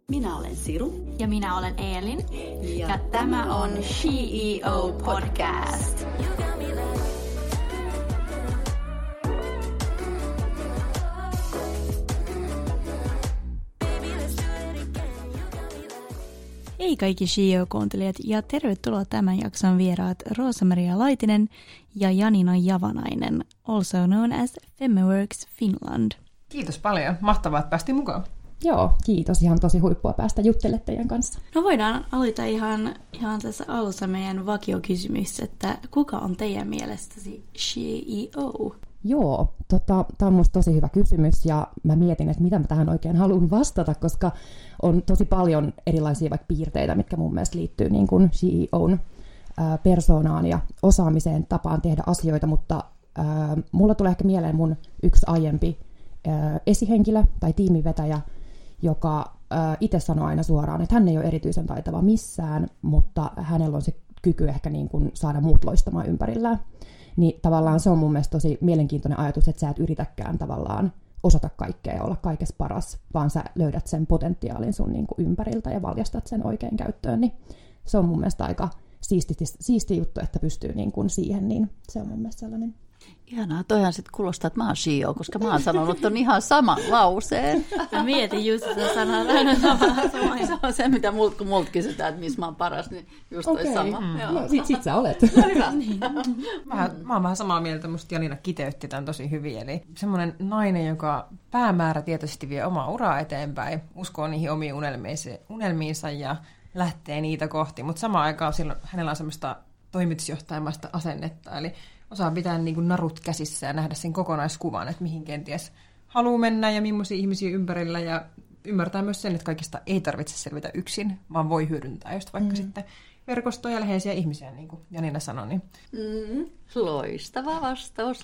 Minä olen Siru. Ja minä olen Eelin. Ja tämä on CEO Podcast. Hei kaikki CEO-kuuntelijat ja tervetuloa tämän jakson vieraat Roosa-Maria Laitinen ja Janina Javanainen, also known as Femmeworks Finland. Kiitos paljon. Mahtavaa, että päästiin mukaan. Joo, kiitos. Ihan tosi huippua päästä juttelemaan teidän kanssa. No voidaan aloittaa ihan tässä alussa meidän vakiokysymys, että kuka on teidän mielestäsi CEO? Joo, tämä on musta tosi hyvä kysymys ja mä mietin, että mitä mä tähän oikein haluan vastata, koska on tosi paljon erilaisia vaikka piirteitä, mitkä mun mielestä liittyy niin kuin CEOn persoonaan ja osaamiseen, tapaan tehdä asioita, mutta mulla tulee ehkä mieleen mun yksi aiempi esihenkilö tai tiimivetäjä, joka itse sanoo aina suoraan, että hän ei ole erityisen taitava missään, mutta hänellä on se kyky ehkä niin kuin saada muut loistamaan ympärillään. Niin tavallaan se on mun mielestä tosi mielenkiintoinen ajatus, että sä et yritäkään tavallaan osata kaikkea ja olla kaikessa paras, vaan sä löydät sen potentiaalin sun niin kuin ympäriltä ja valjastat sen oikein käyttöön. Niin se on mun mielestä aika siisti juttu, että pystyy niin kuin siihen, niin se on mun mielestä sellainen. Ihanaa, toihan sitten kuulostaa, että mä oon CEO, koska mä oon sanonut ton ihan saman lauseen. Mä mietin just sitä sanaa aina samaa. Se on se, mitä kun multa kysytään, että missä mä oon paras, niin just toi sama. No, sit sä olet. No hyvä. Mä oon vähän samaa mieltä, musta Janina kiteytti tämän tosi hyvin. Eli semmoinen nainen, joka päämäärätietoisesti vie omaa uraa eteenpäin, uskoo niihin omiin unelmiinsa ja lähtee niitä kohti. Mutta samaan aikaan silloin hänellä on semmoista toimitusjohtajamaista asennetta, eli osaa pitää niin kuin narut käsissä ja nähdä sen kokonaiskuvan, että mihin kenties haluaa mennä ja millaisia ihmisiä ympärillä. Ja ymmärtää myös sen, että kaikista ei tarvitse selvitä yksin, vaan voi hyödyntää just vaikka sitten verkostoja ja läheisiä ihmisiä, niin kuin Janina sanoi. Niin. Loistava vastaus.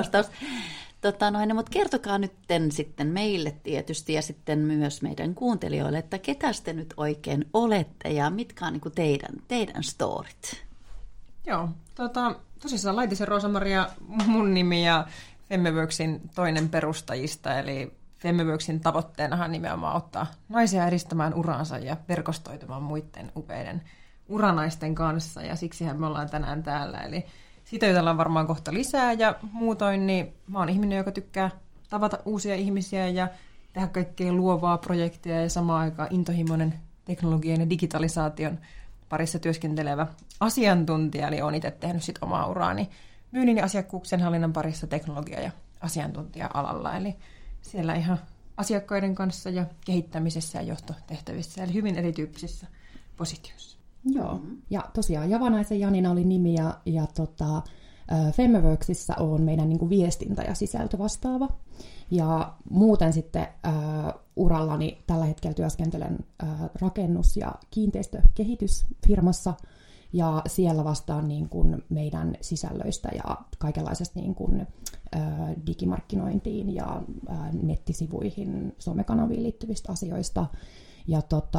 Mutta kertokaa nyt sitten meille tietysti ja sitten myös meidän kuuntelijoille, että ketäs te nyt oikein olette ja mitkä on niin kuin teidän storit? Joo, tosissaan Laitisen Roosa-Maria mun nimi ja Femmeworksin toinen perustajista, eli Femmeworksin tavoitteenahan nimenomaan ottaa naisia edistämään uraansa ja verkostoitumaan muiden upeiden uranaisten kanssa, ja siksihän me ollaan tänään täällä, eli siitä jutellaan varmaan kohta lisää, ja muutoin niin mä oon ihminen, joka tykkää tavata uusia ihmisiä ja tehdä kaikkea luovaa projekteja ja samaan aikaan intohimoinen teknologian ja digitalisaation parissa työskentelevä asiantuntija, eli olen itse tehnyt sit omaa uraani myynnin ja asiakkuuksien hallinnan parissa teknologia- ja asiantuntija-alalla, eli siellä ihan asiakkaiden kanssa ja kehittämisessä ja johtotehtävissä, eli hyvin erityyppisissä positioissa. Joo, ja tosiaan Javanaisen Janina oli nimi, ja Femmeworksissa on meidän niin kuin viestintä- ja sisältövastaava. Ja muuten sitten urallani tällä hetkellä työskentelen rakennus- ja kiinteistökehitysfirmassa, ja siellä vastaan niin kuin meidän sisällöistä ja kaikenlaisesta niin kuin digimarkkinointiin ja nettisivuihin, somekanaviin liittyvistä asioista. Ja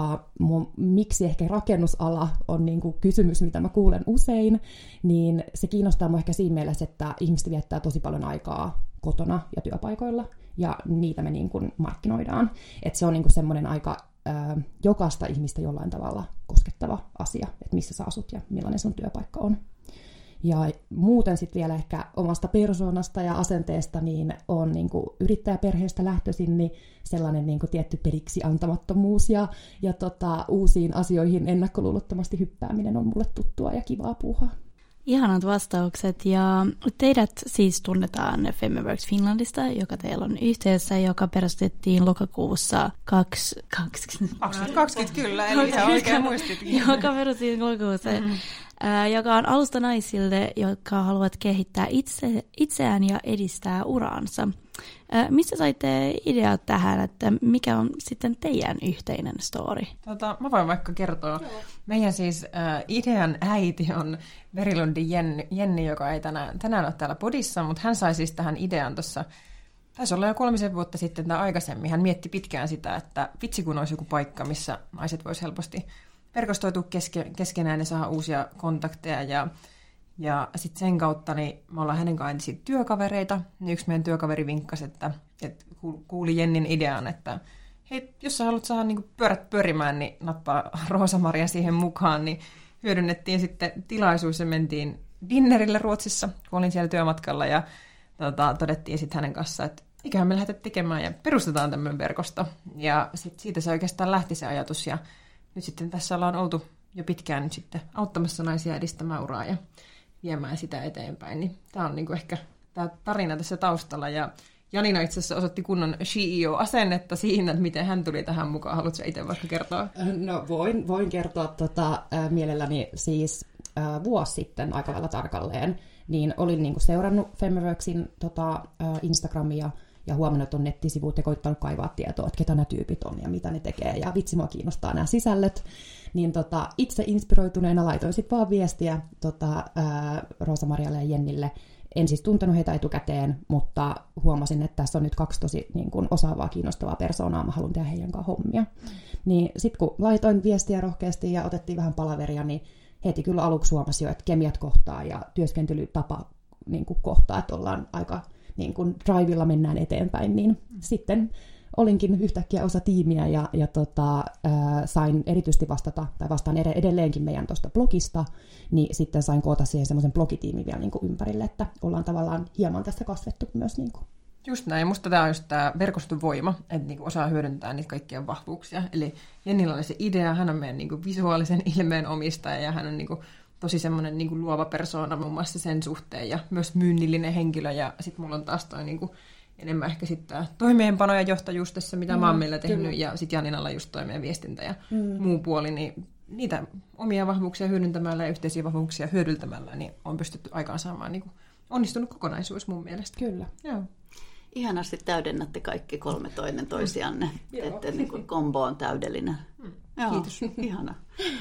miksi ehkä rakennusala on niin kuin kysymys, mitä mä kuulen usein, niin se kiinnostaa mua ehkä siinä mielessä, että ihmiset viettää tosi paljon aikaa kotona ja työpaikoilla, ja niitä me niin kuin markkinoidaan. Että se on niin kuin semmoinen aika jokaista ihmistä jollain tavalla koskettava asia, että missä sä asut ja millainen sun työpaikka on. Ja muuten sitten vielä ehkä omasta persoonasta ja asenteesta, niin on niin kuin yrittäjäperheestä lähtöisin, niin sellainen niin kuin tietty periksi antamattomuus ja uusiin asioihin ennakkoluulottomasti hyppääminen on mulle tuttua ja kivaa puuhaa. Ihanat vastaukset, ja teidät siis tunnetaan Femmeworks Finlandista, joka teillä on yhteydessä, joka perustettiin lokakuussa 2020 kyllä, eli ihan oikein muistitkin. Joka perustettiin lokakuussa, joka on alusta naisille, jotka haluavat kehittää itseään ja edistää uraansa. Missä saitte ideat tähän, että mikä on sitten teidän yhteinen story? Mä voin vaikka kertoa. Joo. Meidän siis idean äiti on Verilundin Jenni, joka ei tänään ole täällä podissa, mutta hän sai siis tähän idean tuossa, taisi olla jo 3 vuotta sitten tai aikaisemmin. Hän mietti pitkään sitä, että vitsi kun olisi joku paikka, missä naiset voisi helposti verkostoitua keskenään ja saada uusia kontakteja. Ja sitten sen kautta niin me ollaan hänen kanssaan työkavereita. Yksi meidän työkaveri vinkkasi, että kuuli Jennin idean, että hei, jos sä haluat saada niin pyörät pyörimään, niin nappaa Rosa-Maria siihen mukaan, niin hyödynnettiin sitten tilaisuus ja mentiin dinnerille Ruotsissa, kun olin siellä työmatkalla ja todettiin sitten hänen kanssaan, että eiköhän me lähdetä tekemään ja perustetaan tämmöinen verkosto. Ja siitä se oikeastaan lähti se ajatus ja nyt sitten tässä ollaan oltu jo pitkään nyt sitten auttamassa naisia edistämään uraa ja viemään sitä eteenpäin. Niin tämä on niinku ehkä tämä tarina tässä taustalla ja Janina itse asiassa osoitti kunnon CEO-asennetta siinä, että miten hän tuli tähän mukaan. Haluatko itse vaikka kertoa? No voin kertoa mielelläni siis vuosi sitten aika lailla tarkalleen. Niin olin niinku seurannut Femmeworksin Instagramia ja huomannut, että on nettisivut ja koittanut kaivaa tietoa, että ketä nämä tyypit on ja mitä ne tekee. Ja vitsi, mua kiinnostaa nämä sisällöt. Niin itse inspiroituneena laitoin sitten vaan viestiä Rosa-Marialle ja Jennille. En siis tuntenut heitä etukäteen, mutta huomasin, että tässä on nyt 2 tosi niin kuin osaavaa, kiinnostavaa persoonaa. Mä haluan tehdä heidän kanssa hommia. Niin sitten kun laitoin viestiä rohkeasti ja otettiin vähän palaveria, niin heti kyllä aluksi huomasi jo, että kemiat kohtaa ja työskentelytapa niin kuin kohtaa, että ollaan aika niin kuin drivilla mennään eteenpäin. Niin sitten olinkin yhtäkkiä osa tiimiä ja sain erityisesti vastaan edelleenkin meidän tuosta blogista, niin sitten sain koota siihen semmoisen blogitiimin vielä niin kuin ympärille, että ollaan tavallaan hieman tässä kasvettu myös. Niin kuin. Just näin. Musta tämä on just tämä verkoston voima, että niinku osaa hyödyntää niitä kaikkia vahvuuksia. Eli Jennillä oli se idea, hän on meidän niinku visuaalisen ilmeen omistaja ja hän on niinku tosi semmoinen niinku luova persoona muun muassa sen suhteen ja myös myynnillinen henkilö. Ja sitten mulla on taas toi niinku enemmän ehkä sitten toimeenpano ja johtajuus tässä, mitä mä oon meillä tehnyt. Kyllä. Ja sitten Janinalla just toimeen viestintä ja muu puoli, niin niitä omia vahvuuksia hyödyntämällä ja yhteisiä vahvuuksia hyödyntämällä, niin on pystytty aikaansaamaan niinku onnistunut kokonaisuus mun mielestä. Kyllä. Joo. Ihanasti täydennätte kaikki 3 toinen toisianne, että niin kombo on täydellinen. Joo, kiitos. Ihana.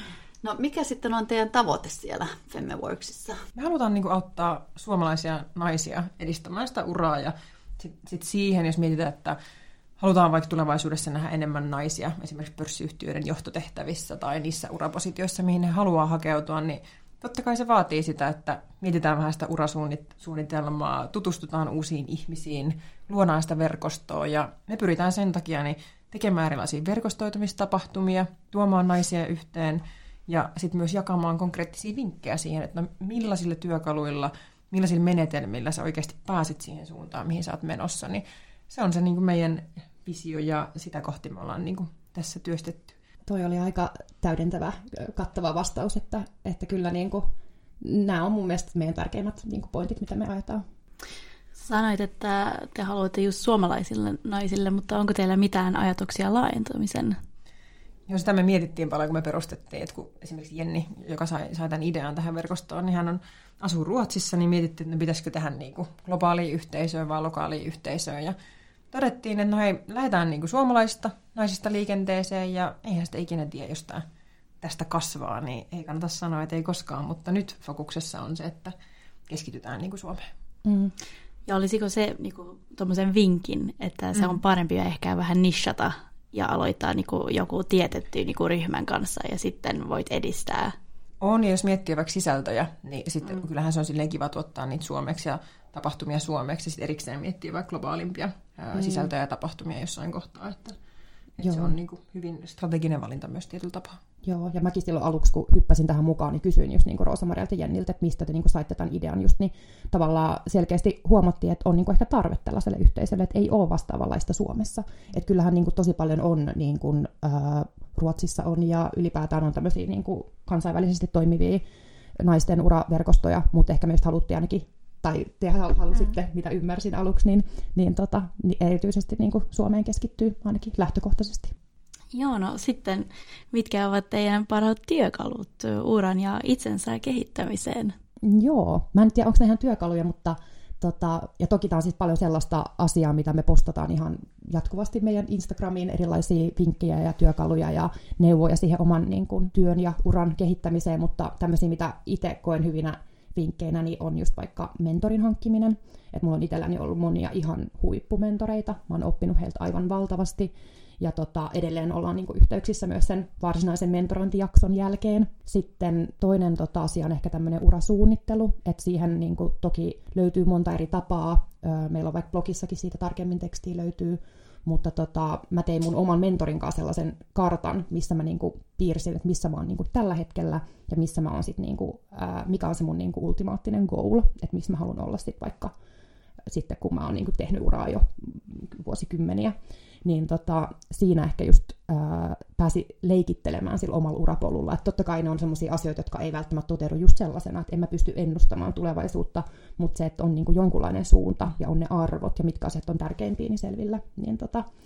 No mikä sitten on teidän tavoite siellä Femmeworksissa? Me halutaan niin auttaa suomalaisia naisia edistämään sitä uraa ja sit siihen, jos mietitään, että halutaan vaikka tulevaisuudessa nähdä enemmän naisia esimerkiksi pörssiyhtiöiden johtotehtävissä tai niissä urapositioissa, mihin he haluaa hakeutua, niin totta kai se vaatii sitä, että mietitään vähän sitä urasuunnitelmaa, tutustutaan uusiin ihmisiin, luodaan sitä verkostoa ja me pyritään sen takia niin tekemään erilaisia verkostoitumistapahtumia, tuomaan naisia yhteen ja sitten myös jakamaan konkreettisia vinkkejä siihen, että no, millaisilla työkaluilla, millaisilla menetelmillä sä oikeasti pääsit siihen suuntaan, mihin sä oot menossa, niin se on se niin kuin meidän visio ja sitä kohti me ollaan niin kuin tässä työstetty. Toi oli aika täydentävä, kattava vastaus, että kyllä niin kuin, nämä on mun mielestä meidän tärkeimmät niin kuin pointit, mitä me ajetaan. Sanoit, että te haluatte just suomalaisille naisille, mutta onko teillä mitään ajatuksia laajentamisen? Joo, sitä me mietittiin paljon, kun me perustettiin, että kun esimerkiksi Jenni, joka sai tämän idean tähän verkostoon, niin hän asuu Ruotsissa, niin mietittiin, että pitäisikö tehdä niin kuin globaalia yhteisöä vai lokaalia yhteisöä. Ja todettiin, että no hei, lähdetään niin kuin suomalaisista naisista liikenteeseen ja eihän sitä ikinä tiedä, jos tästä kasvaa, niin ei kannata sanoa, että ei koskaan, mutta nyt fokuksessa on se, että keskitytään niin kuin Suomeen. Mm. Ja olisiko se niin kuin tuommoisen vinkin, että se on parempi ehkä vähän nishata ja aloittaa niin kuin joku tietetty niin kuin ryhmän kanssa ja sitten voit edistää? On, ja jos miettii vaikka sisältöjä, niin sitten kyllähän se on silleen kiva tuottaa niitä suomeksi ja tapahtumia suomeksi, ja sitten erikseen miettii vaikka globaalimpia sisältöjä ja tapahtumia jossain kohtaa, että se on niin kuin hyvin strateginen valinta myös tietyllä tapaa. Joo, ja mäkin silloin aluksi, kun hyppäsin tähän mukaan, niin kysyin just niin kuin Rosa-Marialta ja Jenniltä, että mistä te niin kuin saitte tämän idean just, niin tavallaan selkeästi huomattiin, että on niin kuin ehkä tarve tällaiselle yhteisölle, että ei ole vastaavanlaista Suomessa. Että kyllähän niin kuin tosi paljon on, niin kuin Ruotsissa on, ja ylipäätään on tämmöisiä niin kuin kansainvälisesti toimivia naisten uraverkostoja, mutta ehkä me just haluttiin ainakin, tai te halusitte, mitä ymmärsin aluksi, niin erityisesti niin kuin Suomeen keskittyy ainakin lähtökohtaisesti. Joo, no sitten mitkä ovat teidän parhaat työkalut uran ja itsensä kehittämiseen? Joo, mä en tiedä, onko ne ihan työkaluja, mutta ja toki tämä on siis paljon sellaista asiaa, mitä me postataan ihan jatkuvasti meidän Instagramiin, erilaisia vinkkejä ja työkaluja ja neuvoja siihen oman niin kuin, työn ja uran kehittämiseen, mutta tämmöisiä, mitä itse koen hyvinä vinkkeinä, niin on just vaikka mentorin hankkiminen. Että mulla on itselläni ollut monia ihan huippumentoreita, mä oon oppinut heiltä aivan valtavasti. Ja edelleen ollaan niinku yhteyksissä myös sen varsinaisen mentorointijakson jälkeen. Sitten toinen asia on ehkä tämmöinen urasuunnittelu, että siihen niinku toki löytyy monta eri tapaa. Meillä on vaikka blogissakin siitä tarkemmin tekstiä löytyy, Mutta mä tein mun oman mentorin kanssa sellaisen kartan, missä mä niinku piirsin, että missä mä oon niinku tällä hetkellä ja missä mä oon sit niinku, mikä on se mun niinku ultimaattinen goal, että missä mä haluan olla sit vaikka sitten, kun mä oon niinku tehnyt uraa jo vuosikymmeniä. Niin siinä ehkä just pääsi leikittelemään sillä omalla urapolulla. Että totta kai ne on sellaisia asioita, jotka ei välttämättä toteudu just sellaisena, että en mä pysty ennustamaan tulevaisuutta, mutta se, että on niinku jonkunlainen suunta ja on ne arvot ja mitkä asiat on tärkeimpiä, niin selvillä. Niin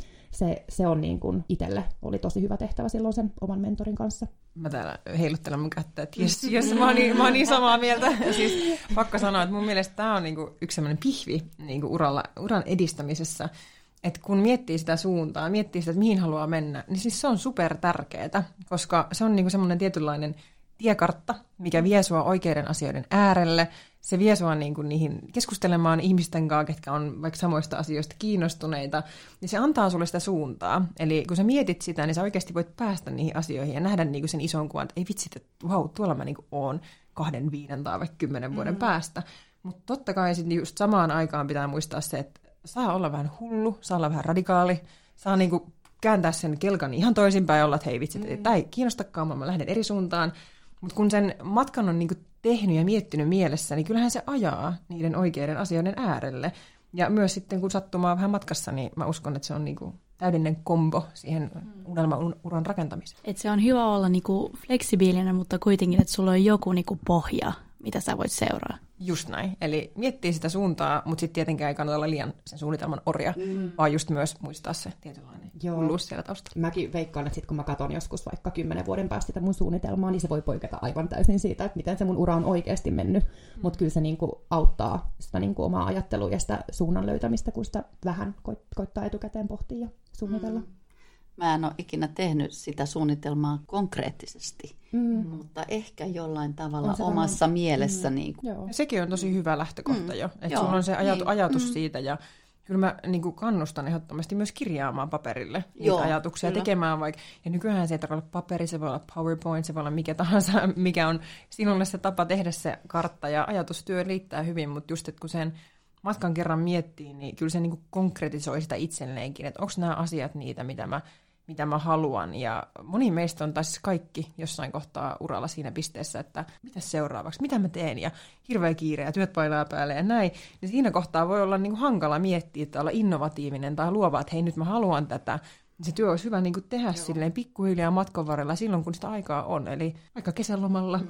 se on niin kuin itselle oli tosi hyvä tehtävä silloin sen oman mentorin kanssa. Mä täällä heiluttelen mun kättä, että jes, mä oon niin samaa mieltä. Ja siis pakko sanoa, että mun mielestä tää on niinku yksi sellainen pihvi niinku uran edistämisessä. Että kun miettii sitä suuntaa, miettii sitä, että mihin haluaa mennä, niin siis se on super tärkeää, koska se on niinku semmoinen tietynlainen tiekartta, mikä vie sua oikeiden asioiden äärelle. Se vie sua niinku niihin keskustelemaan ihmisten kanssa, ketkä on vaikka samoista asioista kiinnostuneita, niin se antaa sulle sitä suuntaa. Eli kun sä mietit sitä, niin sä oikeasti voit päästä niihin asioihin ja nähdä niinku sen ison kuvan, että ei vitsi, että tuolla mä niinku oon 2, 5 tai vaikka 10 vuoden päästä. Mutta totta kai sitten just samaan aikaan pitää muistaa se, että saa olla vähän hullu, saa olla vähän radikaali, saa niinku kääntää sen kelkan ihan toisinpäin ja olla, että hei vitsi, tämä ei kiinnostakaan, mä lähden eri suuntaan. Mutta kun sen matkan on niinku tehnyt ja miettinyt mielessä, niin kyllähän se ajaa niiden oikeiden asioiden äärelle. Ja myös sitten, kun sattumaa vähän matkassa, niin mä uskon, että se on niinku täydellinen kombo siihen unelmauran rakentamiseen. Et se on hyvä olla niinku fleksibiilinen, mutta kuitenkin, että sulla on joku niinku pohja, mitä sä voit seuraa. Just näin. Eli miettii sitä suuntaa, mutta sitten tietenkään ei kannata olla liian sen suunnitelman orja, vaan just myös muistaa se tietynlainen hulluus siellä taustalla. Mäkin veikkaan, että sit kun mä katson joskus vaikka 10 vuoden päästä sitä mun suunnitelmaa, niin se voi poiketa aivan täysin siitä, että miten se mun ura on oikeasti mennyt. Mutta kyllä se niinku auttaa sitä niinku omaa ajattelua ja sitä suunnan löytämistä, kun sitä vähän koittaa etukäteen pohtia ja suunnitella. Mä en ole ikinä tehnyt sitä suunnitelmaa konkreettisesti, mutta ehkä jollain tavalla omassa mielessä. Niin kuin. Sekin on tosi hyvä lähtökohta jo, että sulla on se ajatus siitä ja kyllä mä niin kuin kannustan ehdottomasti myös kirjaamaan paperille niitä ajatuksia, tekemään vaikka, ja nykyään se ei tarvitse olla paperi, se voi olla PowerPoint, se voi olla mikä tahansa, mikä on sinulle se tapa tehdä se kartta ja ajatustyö riittää hyvin, mutta just, että kun sen matkan kerran miettii, niin kyllä se niin kuin konkretisoi sitä itselleenkin, että onko nämä asiat niitä, mitä mä haluan. Ja moni meistä on, tai siis kaikki jossain kohtaa uralla siinä pisteessä, että mitä seuraavaksi, mitä mä teen, ja hirveä kiire, ja työt painaa päälle ja näin. Niin siinä kohtaa voi olla niin kuin hankala miettiä, että olla innovatiivinen tai luova, että hei, nyt mä haluan tätä. Se työ olisi hyvä niin kuin tehdä silleen pikkuhiljaa matkan varrella silloin, kun sitä aikaa on. Eli vaikka kesälomalla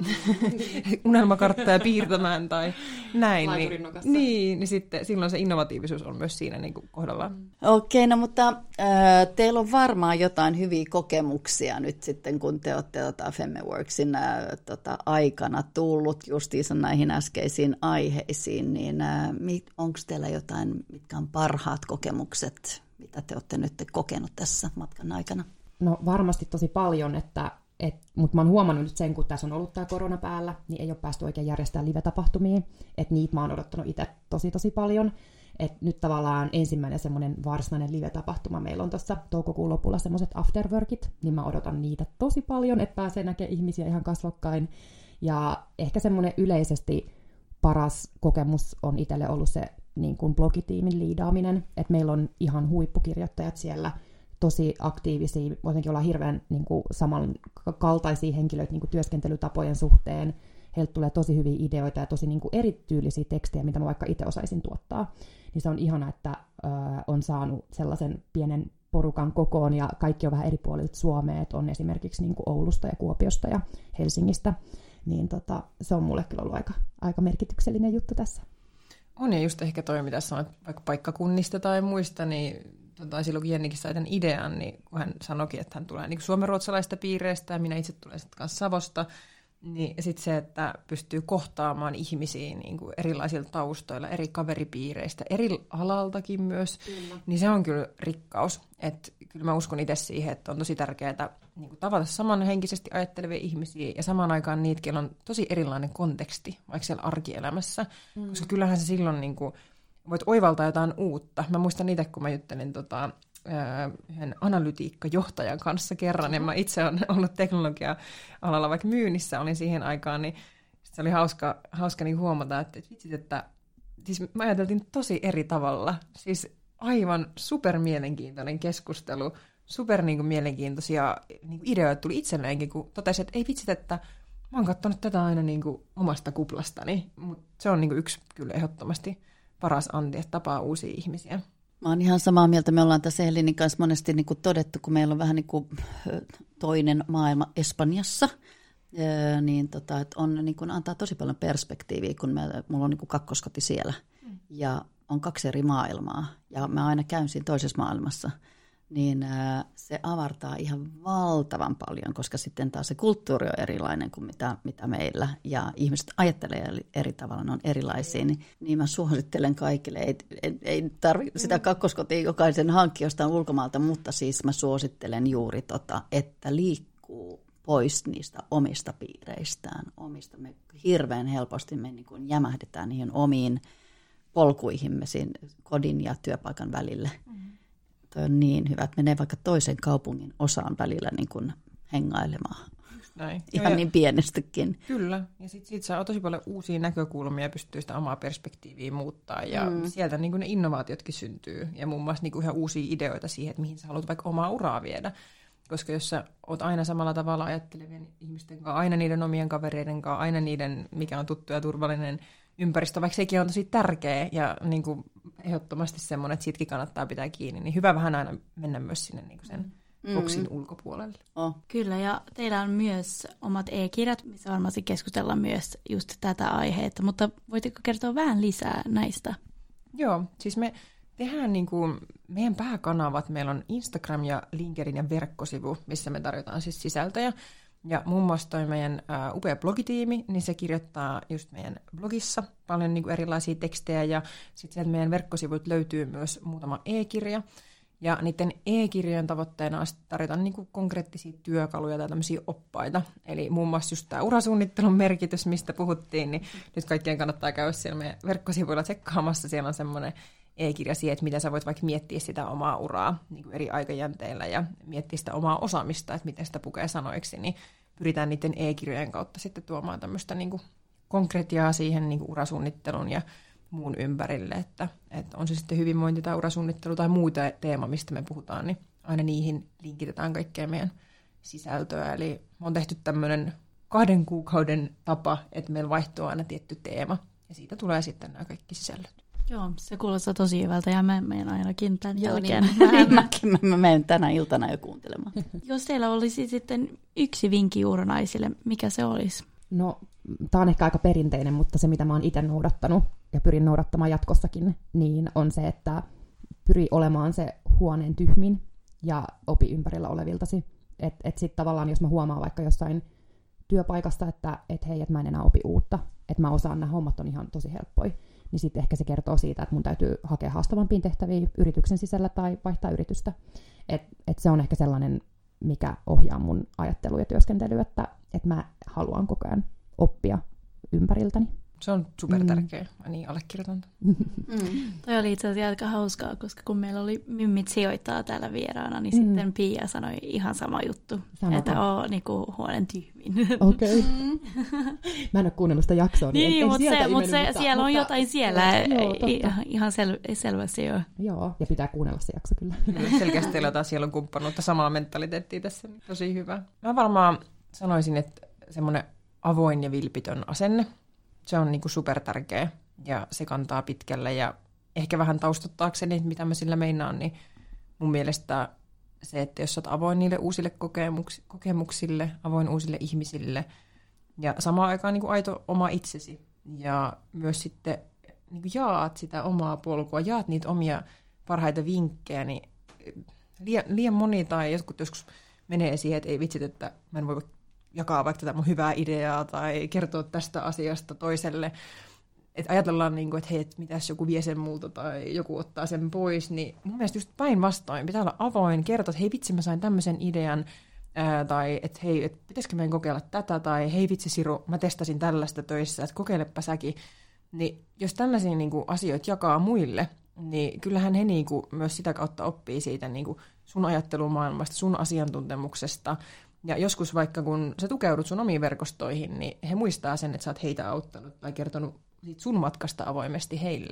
unelmakarttaa piirtämään tai näin. Niin sitten silloin se innovatiivisuus on myös siinä niin kuin kohdallaan. Okei, no mutta teillä on varmaan jotain hyviä kokemuksia nyt sitten, kun te olette Femmeworksin aikana tullut justiinsa näihin äskeisiin aiheisiin. Niin onko teillä jotain, mitkä on parhaat kokemukset, mitä te olette nyt kokenut tässä matkan aikana? No varmasti tosi paljon, mutta mä oon huomannut nyt sen, kun tässä on ollut tämä korona päällä, niin ei ole päästy oikein järjestämään live-tapahtumia. Että niitä mä oon odottanut itse tosi paljon. Että nyt tavallaan ensimmäinen semmoinen varsinainen live-tapahtuma meillä on tuossa toukokuun lopulla semmoiset afterworkit, niin mä odotan niitä tosi paljon, että pääsee näkemään ihmisiä ihan kasvokkain. Ja ehkä semmoinen yleisesti paras kokemus on itselle ollut se niin kuin blogitiimin liidaaminen, että meillä on ihan huippukirjoittajat siellä, tosi aktiivisia, voisinkin olla hirveän niin kuin samankaltaisia henkilöitä niin kuin työskentelytapojen suhteen. Heiltä tulee tosi hyviä ideoita ja tosi niin kuin erityylisiä tekstejä, mitä mä vaikka itse osaisin tuottaa. Niin se on ihana, että on saanut sellaisen pienen porukan kokoon ja kaikki on vähän eri puolilta Suomea, että on esimerkiksi niin kuin Oulusta ja Kuopiosta ja Helsingistä. Niin se on mulle kyllä ollut aika merkityksellinen juttu tässä. On, ja just ehkä toi, mitä sanoit vaikka paikkakunnista tai muista, niin silloin kun Jennikin sai tämän idean, niin kun hän sanoikin, että hän tulee niin suomenruotsalaisista piireistä ja minä itse tulen sitten kanssa Savosta, niin sitten se, että pystyy kohtaamaan ihmisiä niin kuin erilaisilta taustoilla, eri kaveripiireistä, eri alaltakin myös, niin se on kyllä rikkaus. Että kyllä mä uskon itse siihen, että on tosi tärkeää niin kuin tavata samanhenkisesti ajattelevia ihmisiä ja samaan aikaan niitä, joilla on tosi erilainen konteksti, vaikka siellä arkielämässä, koska kyllähän se silloin niin kuin, voit oivaltaa jotain uutta. Mä muistan niitä, kun mä juttelin yhden analytiikkajohtajan kanssa kerran, ja mä itse olen ollut teknologia-alalla vaikka myynnissä, olin siihen aikaan, niin se oli hauska niin huomata, että vitsit, että siis me ajateltiin tosi eri tavalla. Siis aivan supermielenkiintoinen keskustelu. Super niin kuin mielenkiintoisia niin kuin ideoita tuli itselleenkin, kun totesin, että ei vitsit, että mä oon katsonut tätä aina niin kuin omasta kuplastani. Mutta se on niin kuin yksi kyllä ehdottomasti paras anti, että tapaa uusia ihmisiä. Mä oon ihan samaa mieltä. Me ollaan tässä Elinin kanssa monesti niin kuin todettu, kun meillä on vähän niin kuin toinen maailma Espanjassa, niin että on, niin kuin antaa tosi paljon perspektiiviä, kun mulla on niin kuin kakkoskoti siellä. Ja on 2 eri maailmaa, ja mä aina käyn siinä toisessa maailmassa. Niin se avartaa ihan valtavan paljon, koska sitten taas se kulttuuri on erilainen kuin mitä meillä. Ja ihmiset ajattelee eri tavalla, ne on erilaisia. Niin mä suosittelen kaikille, ei tarvitse sitä kakkoskotia jokaisen hankkia jostain ulkomaalta, mutta siis mä suosittelen juuri että liikkuu pois niistä omista piireistään. Me hirveän helposti me niin kuin jämähdetään niihin omiin polkuihimme siinä kodin ja työpaikan välille. Toi on niin hyvä, että menee vaikka toisen kaupungin osaan välillä niin kuin hengailemaan. Näin. Ihan niin pienestäkin. Kyllä, ja sitten saa tosi paljon uusia näkökulmia ja pystyy sitä omaa perspektiiviä muuttaa. Ja sieltä niin kuin ne innovaatiotkin syntyy ja muun muassa niin kuin ihan uusia ideoita siihen, että mihin sä haluat vaikka omaa uraa viedä. Koska jos sä oot aina samalla tavalla ajattelevien ihmisten kanssa, aina niiden omien kavereiden kanssa, aina niiden, mikä on tuttu ja turvallinen ympäristö, vaikka sekin on tosi tärkeä ja niin kuin ehdottomasti semmoinen, että siitäkin kannattaa pitää kiinni, niin hyvä vähän aina mennä myös sinne niin kuin sen boksin ulkopuolelle. Kyllä, ja teillä on myös omat e-kirjat, missä varmasti keskustellaan myös just tätä aiheetta, mutta voitteko kertoa vähän lisää näistä? Joo, siis me tehdään niin kuin meidän pääkanavat, meillä on Instagram ja LinkedIn ja verkkosivu, missä me tarjotaan siis sisältöjä. Ja muun muassa toi meidän upea blogitiimi, niin se kirjoittaa just meidän blogissa paljon niin kuin erilaisia tekstejä, ja sitten sieltä meidän verkkosivuilta löytyy myös muutama e-kirja. Ja niiden e-kirjojen tavoitteena on tarjota niin kuin konkreettisia työkaluja tai tämmöisiä oppaita. Eli muun muassa just tämä urasuunnittelun merkitys, mistä puhuttiin, niin nyt kaikkien kannattaa käydä siellä meidän verkkosivuilla tsekkaamassa. Siellä on semmoinen e-kirja siihen, että miten sä voit vaikka miettiä sitä omaa uraa niin kuin eri aikajänteillä ja miettiä sitä omaa osaamista, että miten sitä pukee sanoiksi, niin pyritään niiden e-kirjojen kautta sitten tuomaan tämmöistä niin kuin konkretiaa siihen niin kuin urasuunnittelun ja muun ympärille, että on se sitten hyvinvointi tai urasuunnittelu tai muu teema, mistä me puhutaan, niin aina niihin linkitetään kaikkea meidän sisältöä. Eli me on tehty tämmöinen 2 kuukauden tapa, että meillä vaihtuu aina tietty teema ja siitä tulee sitten nämä kaikki sisällöt. Joo, se kuulostaa tosi hyvältä ja mä menen ainakin tämän jälkeen. Niin, mä menen tänä iltana jo kuuntelemaan. Jos teillä olisi sitten yksi vinkki uuranaisille, mikä se olisi? No, tämä on ehkä aika perinteinen, mutta se mitä mä oon itse noudattanut ja pyrin noudattamaan jatkossakin, niin on se, että pyri olemaan se huoneen tyhmin ja opi ympärillä oleviltasi. Että sitten tavallaan, jos mä huomaan vaikka jossain työpaikasta, että hei, että mä en enää opi uutta, että mä osaan, nämä hommat on ihan tosi helppoja, niin sitten ehkä se kertoo siitä, että mun täytyy hakea haastavampiin tehtäviä yrityksen sisällä tai vaihtaa yritystä. Et se on ehkä sellainen, mikä ohjaa mun ajattelua ja työskentelyä, että mä haluan koko ajan oppia ympäriltäni. Se on supertärkeä. Mä niin allekirjoitan. Toi oli itse asiassa aika hauskaa, koska kun meillä oli Mymmit sijoittaa täällä vieraana, niin sitten Pia sanoi ihan sama juttu. Sanoko? Että on niinku huoneen tyhmin. Okei. Mä en ole kuunnellut sitä jaksoa. Niin, mutta siellä on jotain siellä. Ihan selvästi joo. Joo, ja pitää kuunnella se jakso kyllä. Selkeästi teillä taas siellä on kumppanuutta, samaa mentaliteettia tässä. Tosi hyvä. Mä varmaan sanoisin, että semmoinen avoin ja vilpitön asenne. Se on niinku supertärkeä ja se kantaa pitkälle ja ehkä vähän taustattaakseni, mitä mä sillä meinaan, niin mun mielestä se, että jos sä oot avoin niille uusille kokemuksille, avoin uusille ihmisille ja samaan aikaan niinku aito oma itsesi ja myös sitten niinku jaat sitä omaa polkua, jaat niitä omia parhaita vinkkejä, niin liian moni tai joskus menee siihen, että ei vitsit, että mä en voi jakaa vaikka tätä mun hyvää ideaa tai kertoa tästä asiasta toiselle. Että ajatellaan, että hei, et mitäs joku vie sen multa tai joku ottaa sen pois, niin mun mielestä just päinvastoin pitää olla avoin, kertoa, että hei vitsi, mä sain tämmöisen idean, tai että hei, et pitäisikö meidän kokeilla tätä, tai hei vitsi Siru, mä testasin tällaista töissä, että kokeilepa säkin. Niin jos tällaisia asioita jakaa muille, niin kyllähän he myös sitä kautta oppii siitä sun ajattelumaailmasta, sun asiantuntemuksesta. Ja joskus vaikka kun sä tukeudut sun omiin verkostoihin, niin he muistaa sen, että sä oot heitä auttanut tai kertonut siitä sun matkasta avoimesti heille.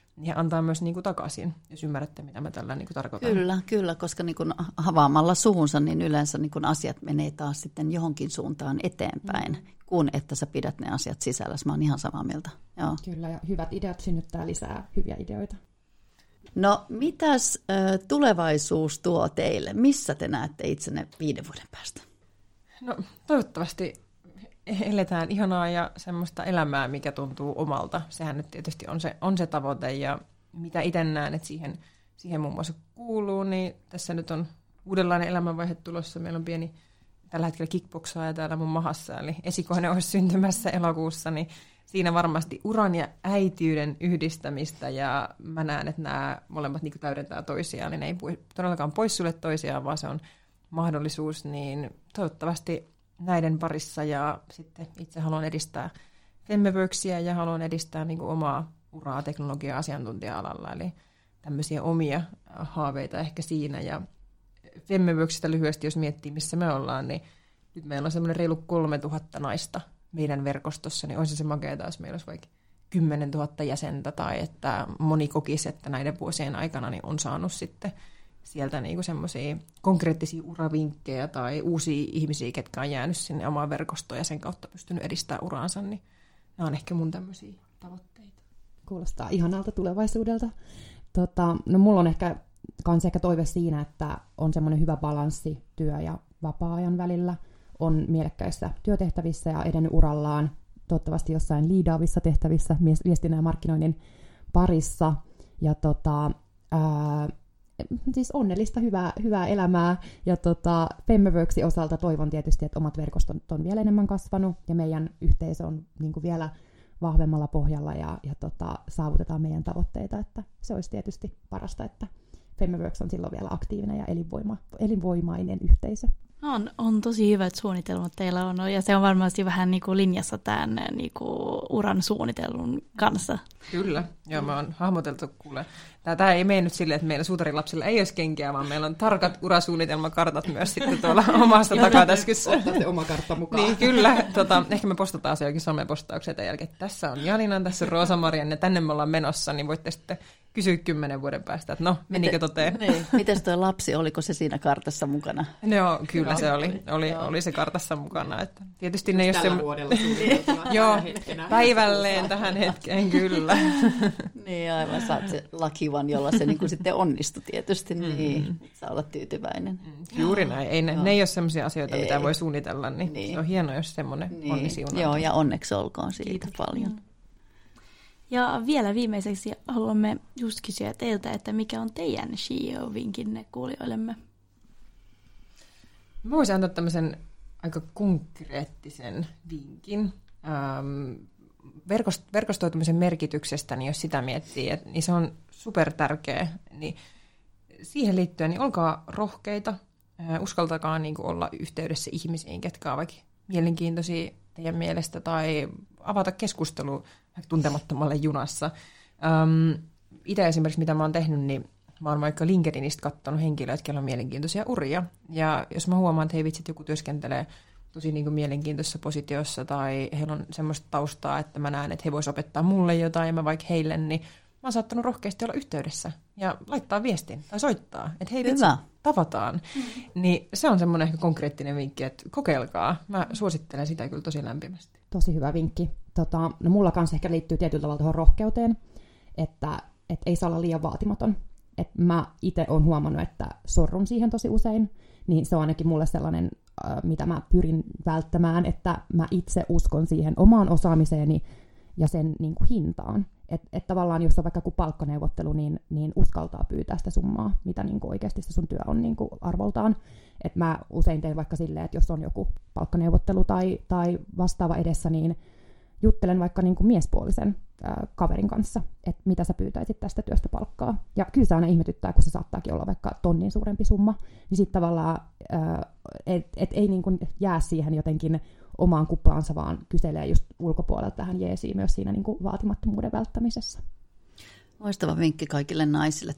niin antaa myös niin kuin takaisin, jos ymmärrätte, mitä mä tällä niin kuin tarkoitan. Kyllä, koska niin kuin avaamalla suunsa, niin yleensä niin kuin asiat menee taas sitten johonkin suuntaan eteenpäin, kun että sä pidät ne asiat sisällä. Mä oon ihan samaa mieltä. Joo. Kyllä, ja hyvät ideat synnyttää lisää hyviä ideoita. No, mitäs tulevaisuus tuo teille? Missä te näette itsenne 5 vuoden päästä? No, toivottavasti eletään ihanaa ja semmoista elämää, mikä tuntuu omalta. Sehän nyt tietysti on se tavoite, ja mitä itse näen, että siihen muun muassa kuuluu, niin tässä nyt on uudenlainen elämänvaihe tulossa. Meillä on pieni tällä hetkellä kickboksaaja täällä mun mahassa, eli esikoinen olisi syntymässä elokuussa, niin siinä varmasti uran ja äitiyden yhdistämistä, ja mä näen, että nämä molemmat niin kuin täydentää toisiaan, niin ne ei todellakaan poissulje toisiaan, vaan se on mahdollisuus, niin toivottavasti näiden parissa, ja sitten itse haluan edistää Femmeworksia ja haluan edistää niin kuin omaa uraa teknologia-asiantuntija-alalla, eli tämmöisiä omia haaveita ehkä siinä, ja Femmeworksista lyhyesti, jos miettii, missä me ollaan, niin nyt meillä on semmoinen reilu 3000 naista meidän verkostossa, niin olisi se makeata, jos meillä olisi vaikka 10 000 jäsentä, tai että moni kokisi, että näiden vuosien aikana niin on saanut sitten sieltä niinku semmoisia konkreettisia uravinkkejä tai uusia ihmisiä, ketkä on jäänyt sinne omaan verkostoon ja sen kautta pystynyt edistämään uraansa, niin nämä on ehkä mun tämmöisiä tavoitteita. Kuulostaa ihanalta tulevaisuudelta. No mulla on ehkä toive siinä, että on semmoinen hyvä balanssi työ- ja vapaa-ajan välillä, on mielekkäissä työtehtävissä ja edennyt urallaan, toivottavasti jossain liidaavissa tehtävissä viestinnän ja markkinoinnin parissa, ja siis onnellista, hyvää elämää, ja Femmeworksin osalta toivon tietysti, että omat verkostot on vielä enemmän kasvanut, ja meidän yhteisö on niin kuin vielä vahvemmalla pohjalla, ja saavutetaan meidän tavoitteita, että se olisi tietysti parasta, että Femmeworks on silloin vielä aktiivinen ja elinvoimainen yhteisö. On tosi hyvät suunnitelmat teillä on, ja se on varmasti vähän niin kuin linjassa tämän niin kuin uran suunnittelun kanssa. Kyllä, joo, me on hahmoteltu, kuule. Tämä ei mene nyt silleen, että meillä suutarilapsilla ei olisi kenkiä, vaan meillä on tarkat urasuunnitelmakartat myös sitten tuolla omassa takataskussa. Ottaa se oma kartta mukaan. Niin, kyllä. Ehkä me postataan se jokin somepostauksia tämän jälkeen, että tässä on Janina, tässä on Roosa-Marian, ja tänne me ollaan menossa, niin voitte sitten kysyä 10 vuoden päästä, että no, menikö toteen? Niin. Miten tuo lapsi, oliko se siinä kartassa mukana? Joo, kyllä se oli se kartassa mukana. Että tietysti ne, jos se... vuodella joo, päivälleen tähän hetkeen, kyllä. Niin, aivan, saat se lucky one, jolla se niin kuin sitten onnistui tietysti, niin saa olla tyytyväinen. Juuri näin. Ne ei ole sellaisia asioita, mitä voi suunnitella, niin se on hienoa, jos semmoinen onni siunaa. Joo, ja onneksi olkoon siitä paljon. Ja vielä viimeiseksi haluamme just kysyä teiltä, että mikä on teidän CEO-vinkinne kuulijoillemme? Mä voisin antaa tämmöisen aika konkreettisen vinkin. Verkostoitumisen merkityksestä, niin jos sitä miettii, niin se on super tärkeä. Niin siihen liittyen niin olkaa rohkeita, uskaltakaa niin kuin olla yhteydessä ihmisiin, ketkä ovat mielenkiintoisia teidän mielestä, tai avata keskustelua tuntemattomalle junassa. Itse esimerkiksi, mitä mä oon tehnyt, niin mä oon vaikka LinkedInistä katsonut henkilöitä, jotka on mielenkiintoisia uria. Ja jos mä huomaan, että hei vitsit, joku työskentelee tosi niin kuin mielenkiintoisessa positiossa, tai heillä on semmoista taustaa, että mä näen, että he vois opettaa mulle jotain, ja mä vaikka heille, niin mä oon saattanut rohkeasti olla yhteydessä ja laittaa viestin tai soittaa, että hei vitsi, tavataan. Niin se on semmoinen ehkä konkreettinen vinkki, että kokeilkaa. Mä suosittelen sitä kyllä tosi lämpimästi. Tosi hyvä vinkki. No mulla kanssa ehkä liittyy tietyllä tavalla tuohon rohkeuteen, että ei saa olla liian vaatimaton. Että mä itse olen huomannut, että sorrun siihen tosi usein, niin se on ainakin mulle sellainen, mitä mä pyrin välttämään, että mä itse uskon siihen omaan osaamiseeni ja sen niin kuin hintaan. Että tavallaan, jos on vaikka joku palkkaneuvottelu, niin uskaltaa pyytää sitä summaa, mitä niin kuin oikeasti se sun työ on niin kuin arvoltaan. Että mä usein teen vaikka silleen, että jos on joku palkkaneuvottelu tai vastaava edessä, niin juttelen vaikka niin kuin miespuolisen kaverin kanssa, että mitä sä pyytäisit tästä työstä palkkaa. Ja kyllä se aina ihmetyttää, kun se saattaakin olla vaikka tonnin suurempi summa, niin sitten tavallaan et ei niin kuin jää siihen jotenkin omaan kuplaansa, vaan kyselee just ulkopuolelta tähän jeesiin myös siinä niin kuin vaatimattomuuden välttämisessä. Loistava vinkki kaikille naisille.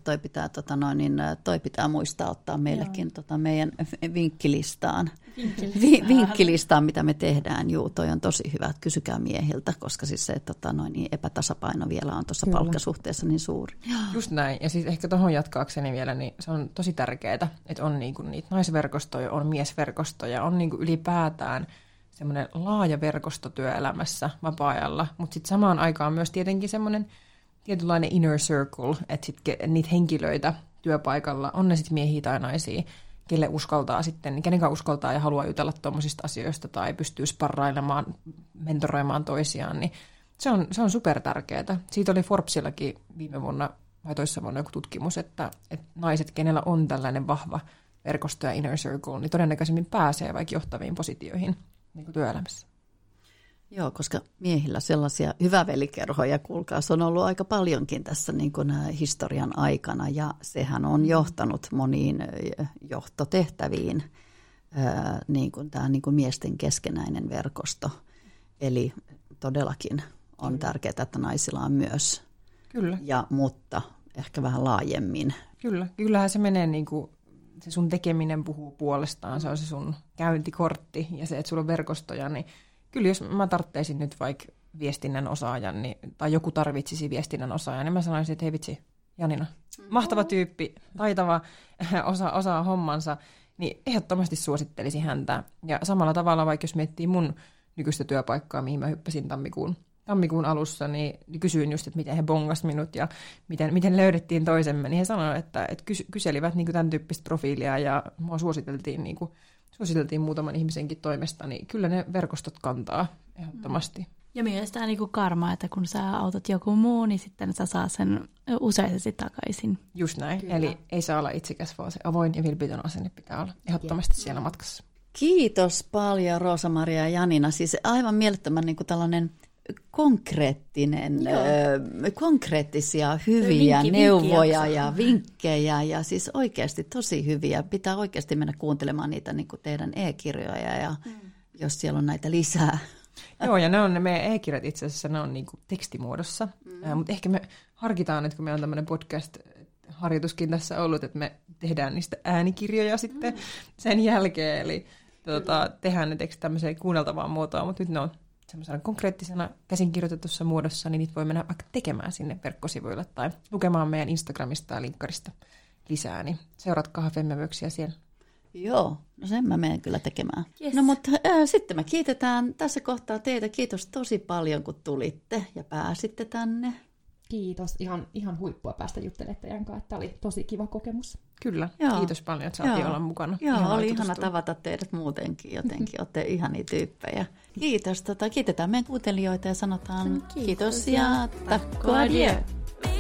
Toi pitää muistaa ottaa meillekin meidän vinkkilistaan. Vinkkilistaan, mitä me tehdään. Juu, toi on tosi hyvä, että kysykää miehiltä, koska siis se epätasapaino vielä on tuossa palkkasuhteessa niin suuri. Just näin. Ja siis ehkä tuohon jatkaakseni vielä, niin se on tosi tärkeää, että on niinku niitä naisverkostoja, on miesverkostoja, on niinku ylipäätään semmoinen laaja verkosto työelämässä vapaa-ajalla, mutta sitten samaan aikaan myös tietenkin semmoinen tietynlainen inner circle, että sitten niitä henkilöitä työpaikalla, on ne sitten miehiä tai naisia, kenenkaan uskaltaa ja haluaa jutella tuommoisista asioista tai pystyy sparrailemaan, mentoroimaan toisiaan, niin se on super tärkeää. Siitä oli Forbesillakin viime vuonna vai toissa vuonna joku tutkimus, että naiset, kenellä on tällainen vahva verkosto ja inner circle, niin todennäköisemmin pääsee vaikka johtaviin positioihin niin kuin työelämässä. Joo, koska miehillä sellaisia hyvävelikerhoja, kuulkaas, on ollut aika paljonkin tässä niin kuin historian aikana, ja sehän on johtanut moniin johtotehtäviin, niin kuin tämä niin kuin miesten keskenäinen verkosto. Eli todellakin on tärkeää, että naisilla on myös, Kyllä. Mutta ehkä vähän laajemmin. Kyllähän se menee niin kuin, se sun tekeminen puhuu puolestaan, se on se sun käyntikortti ja se, että sulla on verkostoja, niin kyllä jos mä tarvitsin nyt vaikka viestinnän osaajan, tai joku tarvitsisi viestinnän osaajan, niin mä sanoisin, että hei vitsi, Janina, mahtava tyyppi, taitava, osaa hommansa, niin ehdottomasti suosittelisin häntä. Ja samalla tavalla, vaikka jos miettii mun nykyistä työpaikkaa, mihin mä hyppäsin tammikuun alussa, niin kysyin just, että miten he bongas minut ja miten löydettiin toisemme, niin he sanoivat, että kyselivät niin kuin tämän tyyppistä profiilia ja mua suositeltiin muutaman ihmisenkin toimesta, niin kyllä ne verkostot kantaa ehdottomasti. Ja myös tämä niinku karma, että kun sä autat joku muu, niin sitten sä saa sen useasti takaisin. Just näin, kyllä. Eli ei saa olla itsekäs, vaan se avoin ja vilpitön asenne pitää olla ehdottomasti siellä matkassa. Kiitos paljon Roosa-Maria ja Janina. Siis aivan mielettömän niin kuin tällainen konkreettisia hyviä neuvoja ja vinkkejä ja siis oikeasti tosi hyviä. Pitää oikeasti mennä kuuntelemaan niitä niin kuin teidän e-kirjoja ja jos siellä on näitä lisää. Joo, ja ne meidän e-kirjat itse asiassa, ne on niin kuin tekstimuodossa, mutta ehkä me harkitaan, että kun meillä on tämmöinen podcast-harjoituskin tässä ollut, että me tehdään niistä äänikirjoja sitten sen jälkeen, eli tehdään ne tämmöiseen kuunneltavaan muotoon, mutta nyt ne on semmoisena konkreettisena käsinkirjoitetussa muodossa, niin niitä voi mennä vaikka tekemään sinne verkkosivuille tai lukemaan meidän Instagramista ja linkkarista lisää, niin seuratkaa Femmeworksia siellä. Joo, no sen mä menen kyllä tekemään. Yes. No mutta sitten me kiitetään tässä kohtaa teitä. Kiitos tosi paljon, kun tulitte ja pääsitte tänne. Kiitos. Ihan huippua päästä juttelemaan teidän kanssa. Tämä oli tosi kiva kokemus. Kyllä. Joo. Kiitos paljon, että saatiin olla mukana. Joo, oli ihana tavata teidät muutenkin jotenkin. Olette ihania tyyppejä. Kiitos. Kiitetään meidän kuuntelijoita ja sanotaan kiitos ja takko adieu.